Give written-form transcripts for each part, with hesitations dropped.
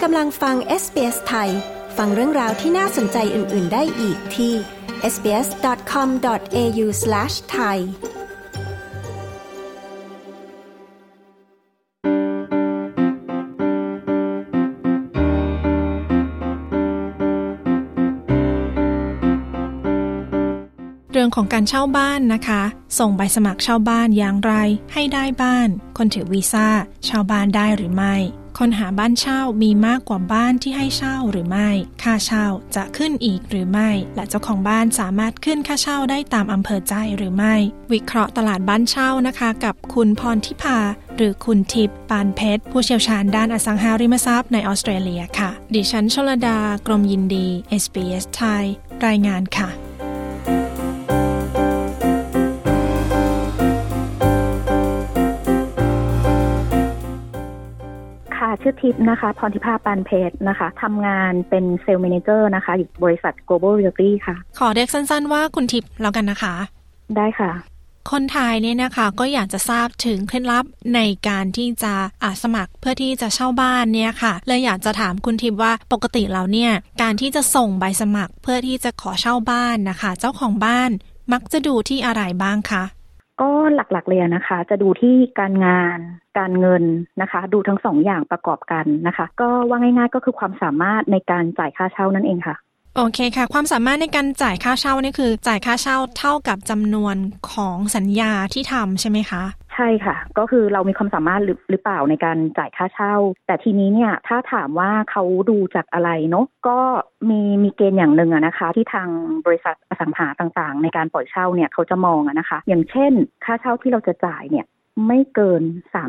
กำลังฟัง SBS ไทยฟังเรื่องราวที่น่าสนใจอื่นๆได้อีกที่ sbs.com.au/thai เรื่องของการเช่าบ้านนะคะส่งใบสมัครเช่าบ้านอย่างไรให้ได้บ้านคนถือวีซ่าเช่าบ้านได้หรือไม่คนหาบ้านเช่ามีมากกว่าบ้านที่ให้เช่าหรือไม่ค่าเช่าจะขึ้นอีกหรือไม่และเจ้าของบ้านสามารถขึ้นค่าเช่าได้ตามอำเภอใจหรือไม่วิเคราะห์ตลาดบ้านเช่านะคะกับคุณพรทิพาหรือคุณทิพย์ปานเพชรผู้เชี่ยวชาญด้านอสังหาริมทรัพย์ในออสเตรเลียค่ะดิฉันชลดากรมยินดี SBS ไทยรายงานค่ะชื่อทิพย์นะคะพรทิพาปานเพชรนะคะทำงานเป็นเซลล์แมเนเจอร์นะคะอยู่บริษัท Global Realty ค่ะขอเรียกสั้นๆว่าคุณทิพย์แล้วกันนะคะได้ค่ะคนไทยเนี่ยนะคะก็อยากจะทราบถึงเคล็ดลับในการที่จะสมัครเพื่อที่จะเช่าบ้านเนี่ยค่ะเลยอยากจะถามคุณทิพย์ว่าปกติแล้วเนี่ยการที่จะส่งใบสมัครเพื่อที่จะขอเช่าบ้านนะคะเจ้าของบ้านมักจะดูที่อะไรบ้างคะก็หลักๆเลยนะคะจะดูที่การงานการเงินนะคะดูทั้งสองอย่างประกอบกันนะคะก็ว่าง่ายๆก็คือความสามารถในการจ่ายค่าเช่านั่นเองค่ะโอเคค่ะความสามารถในการจ่ายค่าเช่านี่คือจ่ายค่าเช่าเท่ากับจำนวนของสัญญาที่ทำใช่ไหมคะใช่ค่ะก็คือเรามีความสามารถหรือเปล่าในการจ่ายค่าเช่าแต่ทีนี้เนี่ยถ้าถามว่าเขาดูจากอะไรเนาะก็มีเกณฑ์อย่างหนึ่งนะคะที่ทางบริษัทอสังหาต่างๆในการปล่อยเช่าเนี่ยเขาจะมองนะคะอย่างเช่นค่าเช่าที่เราจะจ่ายเนี่ยไม่เกิน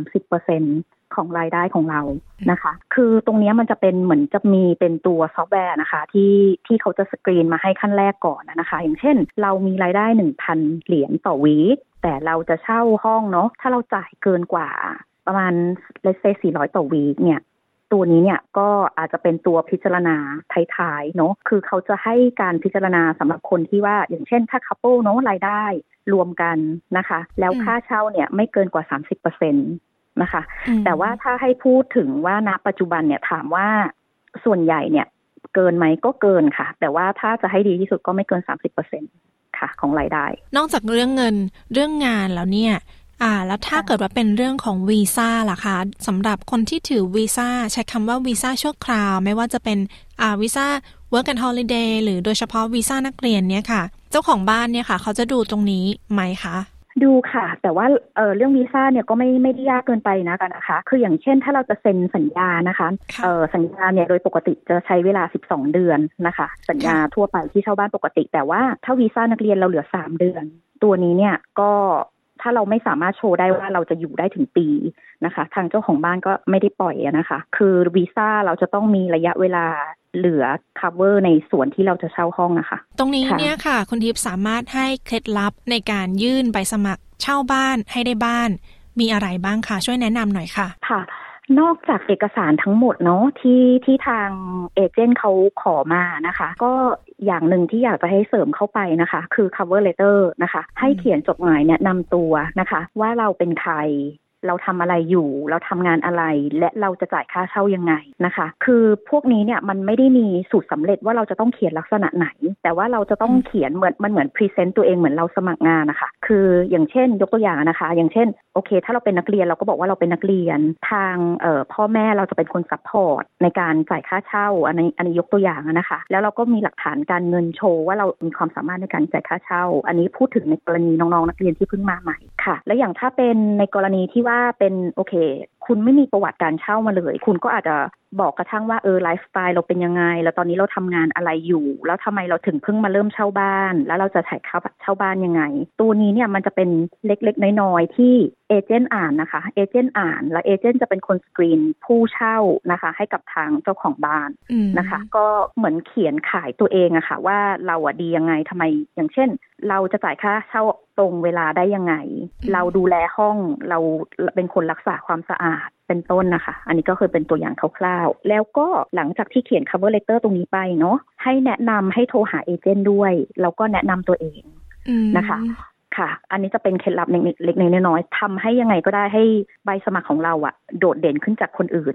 30% ของรายได้ของเรานะคะคือตรงนี้มันจะเป็นเหมือนจะมีเป็นตัวซอฟต์แวร์นะคะที่เขาจะสกรีนมาให้ขั้นแรกก่อนนะคะอย่างเช่นเรามีรายได้ 1,000 เหรียญต่อวีคแต่เราจะเช่าห้องเนาะถ้าเราจ่ายเกินกว่าประมาณlet's say 400ต่อวีคเนี่ยตัวนี้เนี่ยก็อาจจะเป็นตัวพิจารณาท้ายๆเนาะคือเขาจะให้การพิจารณาสำหรับคนที่ว่าอย่างเช่นถ้า couple เนาะรายได้รวมกันนะคะแล้วค่าเช่าเนี่ยไม่เกินกว่า 30%นะคะแต่ว่าถ้าให้พูดถึงว่าณปัจจุบันเนี่ยถามว่าส่วนใหญ่เนี่ยเกินไหมก็เกินค่ะแต่ว่าถ้าจะให้ดีที่สุดก็ไม่เกิน 30% ค่ะของรายได้นอกจากเรื่องเงินเรื่องงานแล้วเนี่ยแล้วถ้าเกิดว่าเป็นเรื่องของวีซ่าล่ะคะสำหรับคนที่ถือวีซ่าใช้คำว่าวีซ่าชั่วคราวไม่ว่าจะเป็นวีซ่า Work and Holiday หรือโดยเฉพาะวีซ่านักเรียนเนี่ยค่ะเจ้าของบ้านเนี่ยค่ะเขาจะดูตรงนี้ไหมคะดูค่ะแต่ว่าเรื่องวีซ่าเนี่ยก็ไม่ได้ยากเกินไปนะคะคืออย่างเช่นถ้าเราจะเซ็นสัญญานะคะสัญญาเนี่ยโดยปกติจะใช้เวลา12เดือนนะคะสัญญาทั่วไปที่เช่าบ้านปกติแต่ว่าถ้าวีซ่านักเรียนเราเหลือ3เดือนตัวนี้เนี่ยก็ถ้าเราไม่สามารถโชว์ได้ว่าเราจะอยู่ได้ถึงปีนะคะทางเจ้าของบ้านก็ไม่ได้ปล่อยนะคะคือวีซ่าเราจะต้องมีระยะเวลาเหลือ cover ในส่วนที่เราจะเช่าห้องนะคะตรงนี้เนี่ยค่ะคุณทิพย์สามารถให้เคล็ดลับในการยื่นใบสมัครเช่าบ้านให้ได้บ้านมีอะไรบ้างคะช่วยแนะนำหน่อยค่ะค่ะนอกจากเอกสารทั้งหมดเนาะที่ทางเอเจนต์เขาขอมานะคะก็อย่างหนึ่งที่อยากจะให้เสริมเข้าไปนะคะคือ cover letter นะคะให้เขียนจดหมายแนะนำตัวนะคะว่าเราเป็นใครเราทำอะไรอยู่เราทำงานอะไรและเราจะจ่ายค่าเช่ายังไงนะคะคือพวกนี้เนี่ยมันไม่ได้มีสูตรสำเร็จว่าเราจะต้องเขียนลักษณะไหนแต่ว่าเราจะต้องเขียนเหมือนพรีเซนต์ตัวเองเหมือนเราสมัครงานนะคะคืออย่างเช่นยกตัวอย่างนะคะอย่างเช่นโอเคถ้าเราเป็นนักเรียนเราก็บอกว่าเราเป็นนักเรียนทางพ่อแม่เราจะเป็นคนซัพพอร์ตในการจ่ายค่าเช่าอันนี้ยกตัวอย่างนะคะแล้วเราก็มีหลักฐานการเงินโชว์ว่าเรามีความสามารถในการจ่ายค่าเช่าอันนี้พูดถึงในกรณีน้องๆนักเรียนที่เพิ่งมาใหม่ค่ะและอย่างถ้าเป็นในกรณีที่ว่าเป็นโอเคคุณไม่มีประวัติการเช่ามาเลยคุณก็อาจจะบอกกระทั่งว่าไลฟ์สไตล์เราเป็นยังไงแล้วตอนนี้เราทำงานอะไรอยู่แล้วทำไมเราถึงเพิ่งมาเริ่มเช่าบ้านแล้วเราจะถ่ายค่าเช่าบ้านยังไงตัวนี้เนี่ยมันจะเป็นเล็กๆน้อยๆที่เอเจนต์อ่านนะคะเอเจนต์อ่านแล้วเอเจนต์จะเป็นคนสกรีนผู้เช่านะคะให้กับทางเจ้าของบ้านนะคะก็เหมือนเขียนขายตัวเองอะค่ะว่าเราดียังไงทำไมอย่างเช่นเราจะจ่ายค่าเช่าตรงเวลาได้ยังไงเราดูแลห้องเราเป็นคนรักษาความสะอาดเป็นต้นนะคะอันนี้ก็คือเป็นตัวอย่างคร่าวๆแล้วก็หลังจากที่เขียน cover letter ตรงนี้ไปเนาะให้แนะนำให้โทรหาเอเจนต์ด้วยแล้วก็แนะนำตัวเองนะคะค่ะอันนี้จะเป็นเคล็ดลับเล็กๆน้อยๆทำให้ยังไงก็ได้ให้ใบสมัครของเราอะโดดเด่นขึ้นจากคนอื่น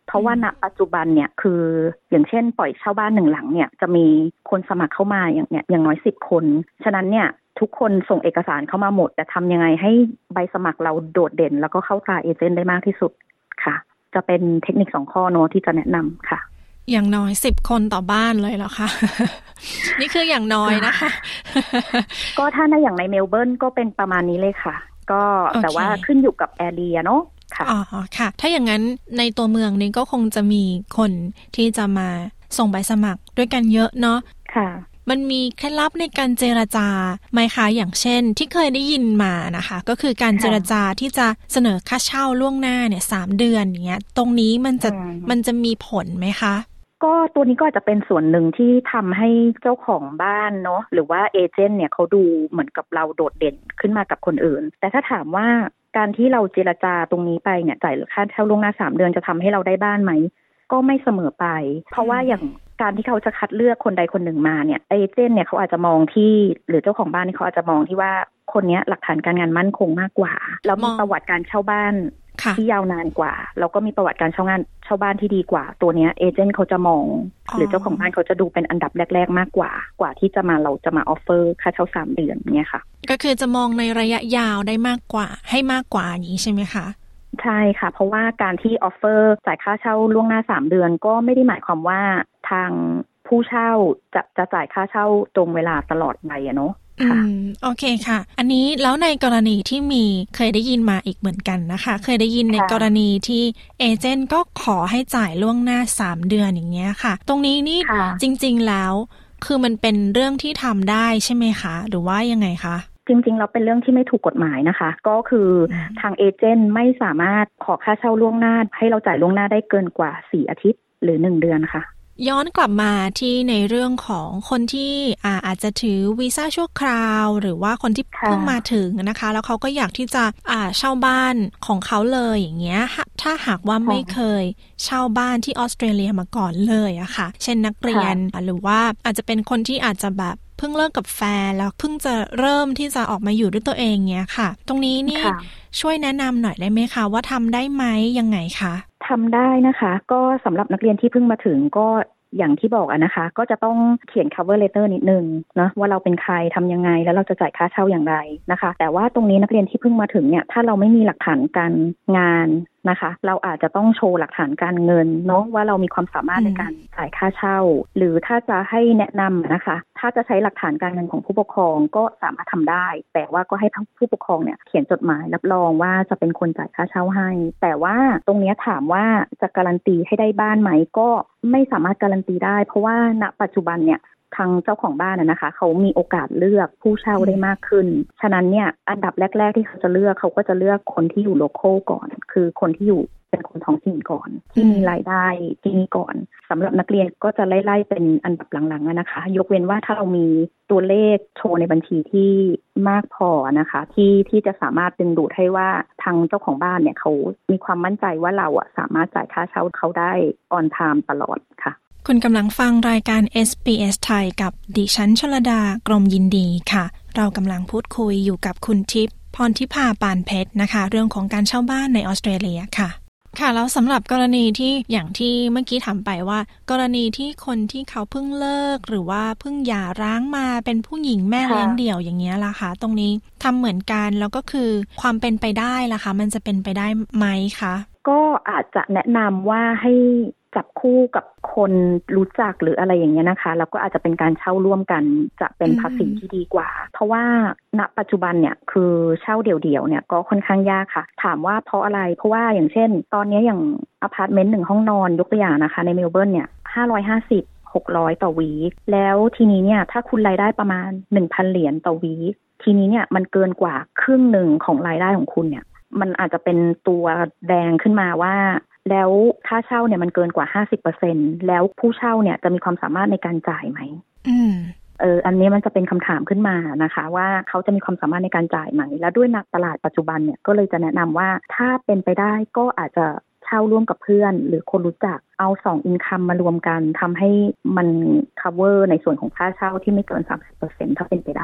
เพราะว่าณปัจจุบันเนี่ยคืออย่างเช่นปล่อยเช่าบ้าน1 หลังเนี่ยจะมีคนสมัครเข้ามาอย่างน้อย10 คนฉะนั้นเนี่ยทุกคนส่งเอกสารเข้ามาหมดแต่ทำยังไงให้ใบสมัครเราโดดเด่นแล้วก็เข้าตาเอเจนต์ได้มากที่สุดค่ะจะเป็นเทคนิค2 ข้อเนาะที่จะแนะนำค่ะอย่างน้อย10 คนต่อบ้านเลยเหรอคะ นี่คืออย่างน้อยนะคะก็ถ้าในอย่างในเมลเบิร์นก็เป็นประมาณนี้เลยค่ะก็แต่ว่าขึ้นอยู่กับแอเรียเนาะค่ะอ๋อค่ะถ้าอย่างนั้นในตัวเมืองนี้ก็คงจะมีคนที่จะมาส่งใบสมัครด้วยกันเยอะเนาะค่ะมันมีเคล็ดลับในการเจรจาไหมคะอย่างเช่นที่เคยได้ยินมานะคะก็คือการเจรจาที่จะเสนอค่าเช่าล่วงหน้าเนี่ย3 เดือนอย่างเงี้ยตรงนี้มันจะมีผลไหมคะก็ตัวนี้ก็อาจจะเป็นส่วนหนึ่งที่ทำให้เจ้าของบ้านเนาะหรือว่าเอเจนต์เนี่ยเขาดูเหมือนกับเราโดดเด่นขึ้นมากับคนอื่นแต่ถ้าถามว่าการที่เราเจรจาตรงนี้ไปเนี่ยจ่ายค่าเช่าล่วงหน้า3 เดือนจะทำให้เราได้บ้านไหมก็ไม่เสมอไปเพราะว่าอย่างการที่เขาจะคัดเลือกคนใดคนหนึ่งมาเนี่ยเอเจนต์เนี่ยเขาอาจจะมองที่หรือเจ้าของบ้านนี่เขาอาจจะมองที่ว่าคนนี้หลักฐานการงานมั่นคงมากกว่าแล้วมีประวัติการเช่าบ้านที่ยาวนานกว่าแล้วก็มีประวัติการเช่าบ้านที่ดีกว่าตัวเนี้ยเอเจนต์เขาจะมองหรือเจ้าของบ้านเขาจะดูเป็นอันดับแรกๆมากกว่าที่เราจะมาออฟเฟอร์ค่าเช่า3 เดือนเนี่ยค่ะก็คือจะมองในระยะยาวได้มากกว่าให้มากกว่าอย่างนี้ใช่ไหมคะใช่ค่ะเพราะว่าการที่ออฟเฟอร์จ่ายค่าเช่าล่วงหน้า3 เดือนก็ไม่ได้หมายความว่าทางผู้เช่าจะจ่ายค่าเช่าตรงเวลาตลอดไปอะเนาะโอเคค่ะอันนี้แล้วในกรณีที่เคยได้ยินมาอีกเหมือนกันนะคะเคยได้ยินในกรณีที่เอเจนต์ก็ขอให้จ่ายล่วงหน้า3 เดือนอย่างเงี้ยค่ะตรงนี้นี่จริงๆแล้วคือมันเป็นเรื่องที่ทำได้ใช่ไหมคะหรือว่ายังไงคะจริงๆเราเป็นเรื่องที่ไม่ถูกกฎหมายนะคะก็คือทางเอเจนต์ไม่สามารถขอค่าเช่าล่วงหน้าให้เราจ่ายล่วงหน้าได้เกินกว่า4 อาทิตย์หรือ1 เดือนค่ะย้อนกลับมาที่ในเรื่องของคนที่อาจจะถือวีซ่าชั่วคราวหรือว่าคนที่เพิ่งมาถึงนะคะแล้วเขาก็อยากที่จะเช่าบ้านของเขาเลยอย่างเงี้ยถ้าหากว่าไม่เคยเช่าบ้านที่ออสเตรเลียมาก่อนเลยอะค่ะเช่นนักเรียนหรือว่าอาจจะเป็นคนที่อาจจะแบบเพิ่งเลิกกับแฟนแล้วเพิ่งจะเริ่มที่จะออกมาอยู่ด้วยตัวเองเงี้ยค่ะตรงนี้นี่ช่วยแนะนำหน่อยได้ไหมคะว่าทำได้ไหมยังไงคะทำได้นะคะก็สำหรับนักเรียนที่เพิ่งมาถึงก็อย่างที่บอกนะคะก็จะต้องเขียน cover letter นิดนึงนะว่าเราเป็นใครทำยังไงแล้วเราจะจ่ายค่าเช่าอย่างไรนะคะแต่ว่าตรงนี้นักเรียนที่เพิ่งมาถึงเนี่ยถ้าเราไม่มีหลักฐานการงานนะคะเราอาจจะต้องโชว์หลักฐานการเงินเนาะว่าเรามีความสามารถในการจ่ายค่าเช่าหรือถ้าจะให้แนะนำนะคะถ้าจะใช้หลักฐานการเงินของผู้ปกครองก็สามารถทำได้แต่ว่าก็ให้ผู้ปกครองเนี่ยเขียนจดหมายรับรองว่าจะเป็นคนจ่ายค่าเช่าให้แต่ว่าตรงนี้ถามว่าจะการันตีให้ได้บ้านไหมก็ไม่สามารถการันตีได้เพราะว่าณปัจจุบันเนี่ยทางเจ้าของบ้านนะคะเขามีโอกาสเลือกผู้เช่าได้มากขึ้นฉะนั้นเนี่ยอันดับแรกๆที่เขาจะเลือกเขาก็จะเลือกคนที่อยู่โลคอลก่อนคือคนที่อยู่เป็นคนท้องถิ่นก่อนที่มีรายได้ที่นี่ก่อนสำหรับนักเรียนก็จะไล่ๆเป็นอันดับหลังๆนะคะยกเว้นว่าถ้าเรามีตัวเลขโชว์ในบัญชีที่มากพอนะคะที่จะสามารถดึงดูดให้ว่าทางเจ้าของบ้านเนี่ยเขามีความมั่นใจว่าเราสามารถจ่ายค่าเช่าเขาได้ออนไทม์ตลอดค่ะคุณกำลังฟังรายการ SBS ไทยกับดิฉันชลดากรมยินดีค่ะเรากำลังพูดคุยอยู่กับคุณทิพย์พรทิพาปานเพชรนะคะเรื่องของการเช่าบ้านในออสเตรเลียค่ะค่ะแล้วสำหรับกรณีที่อย่างที่เมื่อกี้ถามไปว่ากรณีที่คนที่เขาเพิ่งเลิกหรือว่าเพิ่งหย่าร้างมาเป็นผู้หญิงแม่เลี้ยงเดี่ยวอย่างเงี้ยล่ะคะตรงนี้ทำเหมือนกันแล้วก็คือความเป็นไปได้ล่ะคะมันจะเป็นไปได้ไหมคะก็อาจจะแนะนำว่าให้จับคู่กับคนรู้จักหรืออะไรอย่างเงี้ยนะคะแล้วก็อาจจะเป็นการเช่าร่วมกันจะเป็นภาษีที่ดีกว่าเพราะว่าณปัจจุบันเนี่ยคือเช่าเดี่ยวๆเนี่ยก็ค่อนข้างยากค่ะถามว่าเพราะอะไรเพราะว่าอย่างเช่นตอนนี้อย่างอพาร์ตเมนต์1 ห้องนอนยกตัวอย่างนะคะในเมลเบิร์นเนี่ย550-600ต่อวีคแล้วทีนี้เนี่ยถ้าคุณรายได้ประมาณ 1,000 เหรียญต่อวีคทีนี้เนี่ยมันเกินกว่าครึ่งหนึ่งของรายได้ของคุณเนี่ยมันอาจจะเป็นตัวแดงขึ้นมาว่าแล้วค่าเช่าเนี่ยมันเกินกว่า 50% แล้วผู้เช่าเนี่ยจะมีความสามารถในการจ่ายไหมอันนี้มันจะเป็นคำถามขึ้นมานะคะว่าเขาจะมีความสามารถในการจ่ายไหมและด้วยนักตลาดปัจจุบันเนี่ยก็เลยจะแนะนำว่าถ้าเป็นไปได้ก็อาจจะเช่าร่วมกับเพื่อนหรือคนรู้จักเอา2 income มารวมกันทำให้มัน cover ในส่วนของค่าเช่าที่ไม่เกิน 30% ถ้าเป็นไปได้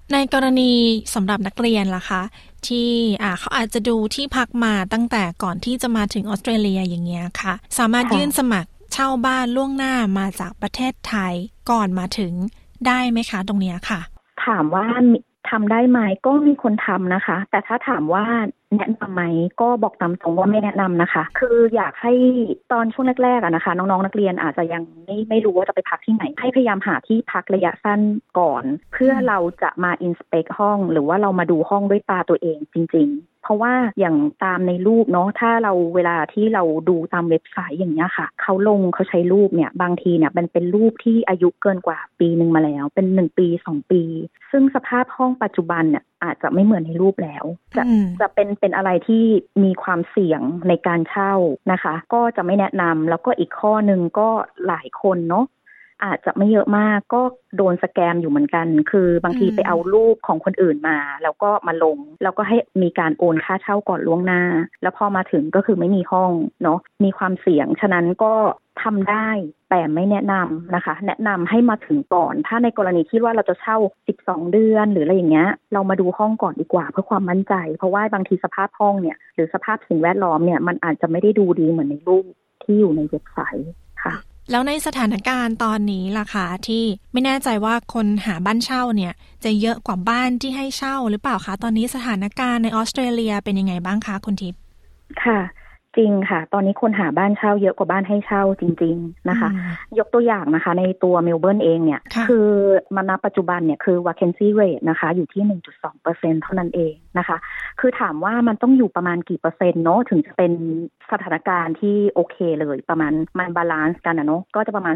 ในกรณีสำหรับนักเรียนล่ะคะที่เขาอาจจะดูที่พักมาตั้งแต่ก่อนที่จะมาถึงออสเตรเลียอย่างเงี้ยค่ะสามารถยื่นสมัครเช่าบ้านล่วงหน้ามาจากประเทศไทยก่อนมาถึงได้ไหมคะตรงเนี้ยค่ะถามว่าทำได้ไหมก็มีคนทำนะคะแต่ถ้าถามว่าแนะนำไหมก็บอกตามตรงว่าไม่แนะนำนะคะคืออยากให้ตอนช่วงแรกๆนะคะน้องๆนักเรียนอาจจะยังไม่รู้ว่าจะไปพักที่ไหนให้พยายามหาที่พักระยะสั้นก่อนเพื่อเราจะมาอินสเปกห้องหรือว่าเรามาดูห้องด้วยตาตัวเองจริงๆเพราะว่าอย่างตามในรูปเนาะถ้าเราเวลาที่เราดูตามเว็บไซต์อย่างเงี้ยค่ะเขาใช้รูปเนี่ยบางทีเนี่ยมันเป็นรูปที่อายุเกินกว่าปีนึงมาแล้วเป็น1 ปี2 ปีซึ่งสภาพห้องปัจจุบันเนี่ยอาจจะไม่เหมือนในรูปแล้วจะเป็นอะไรที่มีความเสี่ยงในการเช่านะคะก็จะไม่แนะนำแล้วก็อีกข้อนึงก็หลายคนเนาะอาจจะไม่เยอะมากก็โดนสแกมอยู่เหมือนกันคือบางทีไปเอารูปของคนอื่นมาแล้วก็มาลงแล้วก็ให้มีการโอนค่าเช่าก่อนล่วงหน้าแล้วพอมาถึงก็คือไม่มีห้องเนาะมีความเสี่ยงฉะนั้นก็ทำได้แต่ไม่แนะนำนะคะแนะนำให้มาถึงก่อนถ้าในกรณีที่ว่าเราจะเช่า12 เดือนหรืออะไรอย่างเงี้ยเรามาดูห้องก่อนดีกว่าเพื่อความมั่นใจเพราะว่าบางทีสภาพห้องเนี่ยหรือสภาพสิ่งแวดล้อมเนี่ยมันอาจจะไม่ได้ดูดีเหมือนในรูปที่อยู่ในเว็บไซต์ค่ะแล้วในสถานการณ์ตอนนี้ล่ะคะที่ไม่แน่ใจว่าคนหาบ้านเช่าเนี่ยจะเยอะกว่าบ้านที่ให้เช่าหรือเปล่าคะตอนนี้สถานการณ์ในออสเตรเลียเป็นยังไงบ้างคะคุณทิพย์ค่ะจริงค่ะตอนนี้คนหาบ้านเช่าเยอะกว่าบ้านให้เช่าจริงๆนะคะยกตัวอย่างนะคะในตัวเมลเบิร์นเองเนี่ยคือมาณปัจจุบันเนี่ยคือ vacancy rate นะคะอยู่ที่ 1.2% เท่านั้นเองนะคะคือถามว่ามันต้องอยู่ประมาณกี่เปอร์เซ็นต์เนาะถึงจะเป็นสถานการณ์ที่โอเคเลยประมาณมันบาลานซ์กันนะเนาะก็จะประมาณ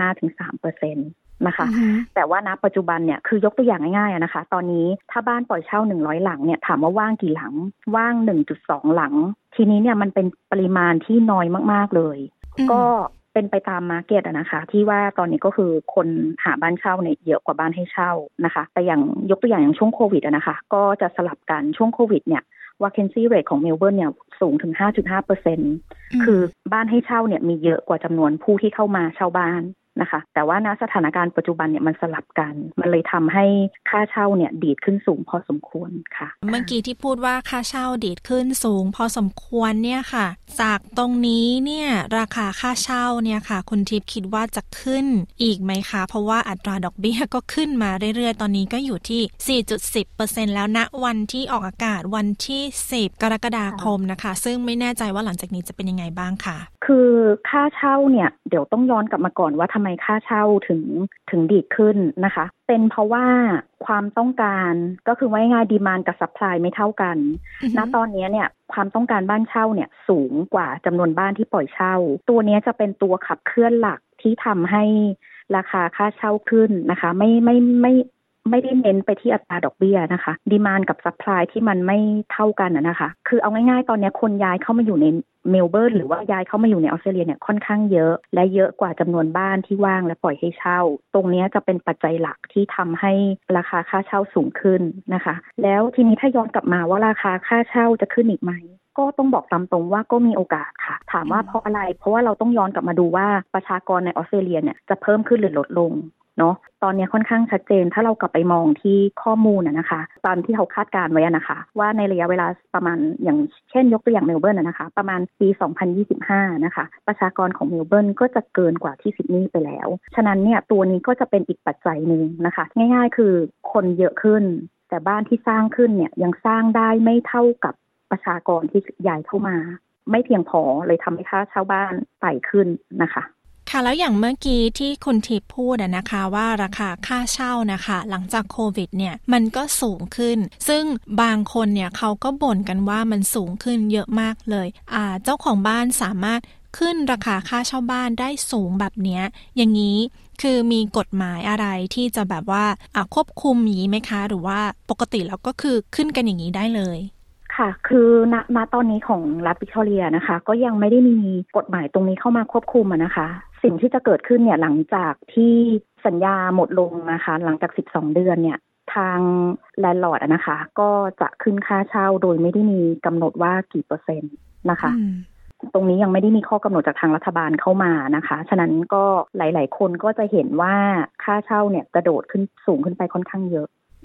2.5-3%นะคะแต่ว่าณปัจจุบันเนี่ยคือยกตัวอย่างง่ายๆนะคะตอนนี้ถ้าบ้านปล่อยเช่า100หลังเนี่ยถามว่าว่างกี่หลังว่าง 1.2 หลังทีนี้เนี่ยมันเป็นปริมาณที่น้อยมากๆเลยก็เป็นไปตามมาร์เก็ตนะคะที่ว่าตอนนี้ก็คือคนหาบ้านเช่าเนี่ยเยอะกว่าบ้านให้เช่านะคะแต่อย่างยกตัวอย่างช่วงโควิดนะคะก็จะสลับกันช่วงโควิดเนี่ยvacancy rate ของเมลเบิร์นเนี่ยสูงถึง 5.5% คือบ้านให้เช่าเนี่ยมีเยอะกว่าจำนวนผู้ที่เข้ามาเช่าบ้านนะคะแต่ว่าณสถานการณ์ปัจจุบันเนี่ยมันสลับกันมันเลยทำให้ค่าเช่าเนี่ยดีดขึ้นสูงพอสมควรค่ะเมื่อกี้ที่พูดว่าค่าเช่าดีดขึ้นสูงพอสมควรเนี่ยค่ะจากตรงนี้เนี่ยราคาค่าเช่าเนี่ยค่ะคุณทิพย์คิดว่าจะขึ้นอีกไหมคะเพราะว่าอัตราดอกเบี้ยก็ขึ้นมาเรื่อยๆตอนนี้ก็อยู่ที่ 4.10% แล้วณวันที่ออกอากาศวันที่10 กรกฎาคมนะคะซึ่งไม่แน่ใจว่าหลังจากนี้จะเป็นยังไงบ้างค่ะคือค่าเช่าเนี่ยเดี๋ยวต้องย้อนกลับมาก่อนว่าทำไมค่าเช่าถึงดีดขึ้นนะคะเป็นเพราะว่าความต้องการก็คือว่าง่ายดีมานด์กับซัพพลายไม่เท่ากันณตอนนี้เนี่ยความต้องการบ้านเช่าเนี่ยสูงกว่าจำนวนบ้านที่ปล่อยเช่าตัวนี้จะเป็นตัวขับเคลื่อนหลักที่ทำให้ราคาค่าเช่าขึ้นนะคะไม่ได้เน้นไปที่อัตราดอกเบี้ยนะคะดีมานด์กับซัพพลายที่มันไม่เท่ากันนะคะคือเอาง่ายๆตอนนี้คนย้ายเข้ามาอยู่ในเมลเบิร์นหรือว่าย้ายเข้ามาอยู่ในออสเตรเลียเนี่ยค่อนข้างเยอะและเยอะกว่าจำนวนบ้านที่ว่างและปล่อยให้เช่าตรงนี้จะเป็นปัจจัยหลักที่ทำให้ราคาค่าเช่าสูงขึ้นนะคะแล้วทีนี้ถ้าย้อนกลับมาว่าราคาค่าเช่าจะขึ้นอีกไหมก็ต้องบอกตามตรงว่าก็มีโอกาสค่ะถามว่าเพราะอะไรเพราะว่าเราต้องย้อนกลับมาดูว่าประชากรในออสเตรเลียเนี่ยจะเพิ่มขึ้นหรือลดลงเนาะตอนนี้ค่อนข้างชัดเจนถ้าเรากลับไปมองที่ข้อมูลนะคะตอนที่เขาคาดการไว้นะคะว่าในระยะเวลาประมาณอย่างเช่นยกตัวอย่างเมลเบิร์นนะคะประมาณปี 2025 นะคะประชากรของเมลเบิร์นก็จะเกินกว่าที่ซิดนีย์ไปแล้วฉะนั้นเนี่ยตัวนี้ก็จะเป็นอีกปัจจัยนึงนะคะง่ายๆคือคนเยอะขึ้นแต่บ้านที่สร้างขึ้นเนี่ยยังสร้างได้ไม่เท่ากับประชากรที่ย้ายเข้ามาไม่เพียงพอเลยทำให้ค่าเช่าบ้านไต่ขึ้นนะคะค่ะแล้วอย่างเมื่อกี้ที่คุณทิพย์พูดนะคะว่าราคาค่าเช่านะคะหลังจากโควิดเนี่ยมันก็สูงขึ้นซึ่งบางคนเนี่ยเขาก็บ่นกันว่ามันสูงขึ้นเยอะมากเลยเจ้าของบ้านสามารถขึ้นราคาค่าเช่าบ้านได้สูงแบบเนี้ยอย่างนี้คือมีกฎหมายอะไรที่จะแบบว่าควบคุมอย่างนี้ไหมคะหรือว่าปกติแล้วก็คือขึ้นกันอย่างนี้ได้เลยค่ะคือณตอนนี้ของรัฐวิกตอเรียนะคะก็ยังไม่ได้มีกฎหมายตรงนี้เข้ามาควบคุมนะคะสิ่งที่จะเกิดขึ้นเนี่ยหลังจากที่สัญญาหมดลงนะคะหลังจาก12 เดือนเนี่ยทางแลนด์ลอร์ดนะคะก็จะขึ้นค่าเช่าโดยไม่ได้มีกำหนดว่ากี่เปอร์เซ็นต์นะคะตรงนี้ยังไม่ได้มีข้อกำหนดจากทางรัฐบาลเข้ามานะคะฉะนั้นก็หลายๆคนก็จะเห็นว่าค่าเช่าเนี่ยกระโดดขึ้นสูงขึ้นไปค่อนข้างเยอะค่ะ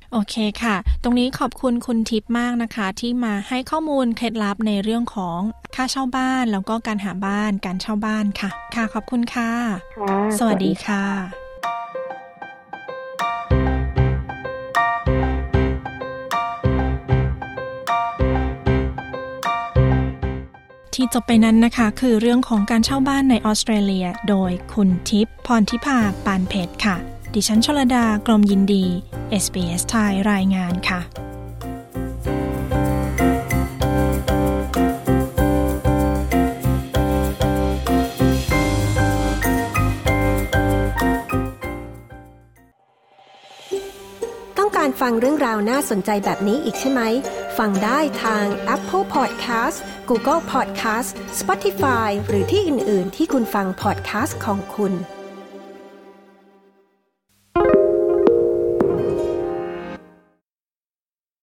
โอเคค่ะตรงนี้ขอบคุณคุณทิพย์มากนะคะที่มาให้ข้อมูลเคล็ดลับในเรื่องของค่าเช่าบ้านแล้วก็การหาบ้านการเช่าบ้านค่ะค่ะขอบคุณค่ะสวัสดีค่ะที่จบไปนั้นนะคะคือเรื่องของการเช่าบ้านในออสเตรเลียโดยคุณทิพย์พรทิพาปานเพชรค่ะดิฉันชลดากรมยินดี SBS ไทยรายงานค่ะต้องการฟังเรื่องราวน่าสนใจแบบนี้อีกใช่ไหมฟังได้ทาง Apple Podcast Google Podcast Spotify หรือที่อื่นๆที่คุณฟัง podcast ของคุณ